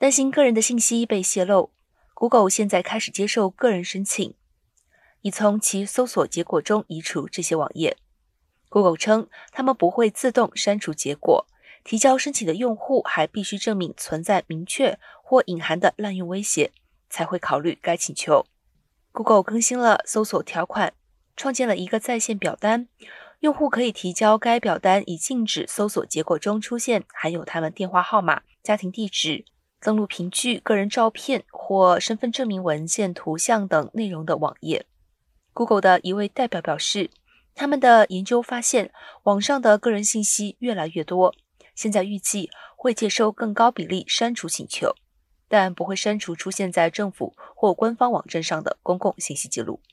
担心个人的信息被泄露， Google 现在开始接受个人申请，以从其搜索结果中移除这些网页。Google 称，他们不会自动删除结果，提交申请的用户还必须证明存在明确或隐含的滥用威胁，才会考虑该请求。Google 更新了搜索条款，创建了一个在线表单，用户可以提交该表单，以禁止搜索结果中出现含有他们电话号码、家庭地址、登录凭据、个人照片或身份证明文件、图像等内容的网页。Google 的一位代表表示，他们的研究发现，网上的个人信息越来越多，现在预计会接收更高比例删除请求，但不会删除出现在政府或官方网站上的公共信息记录。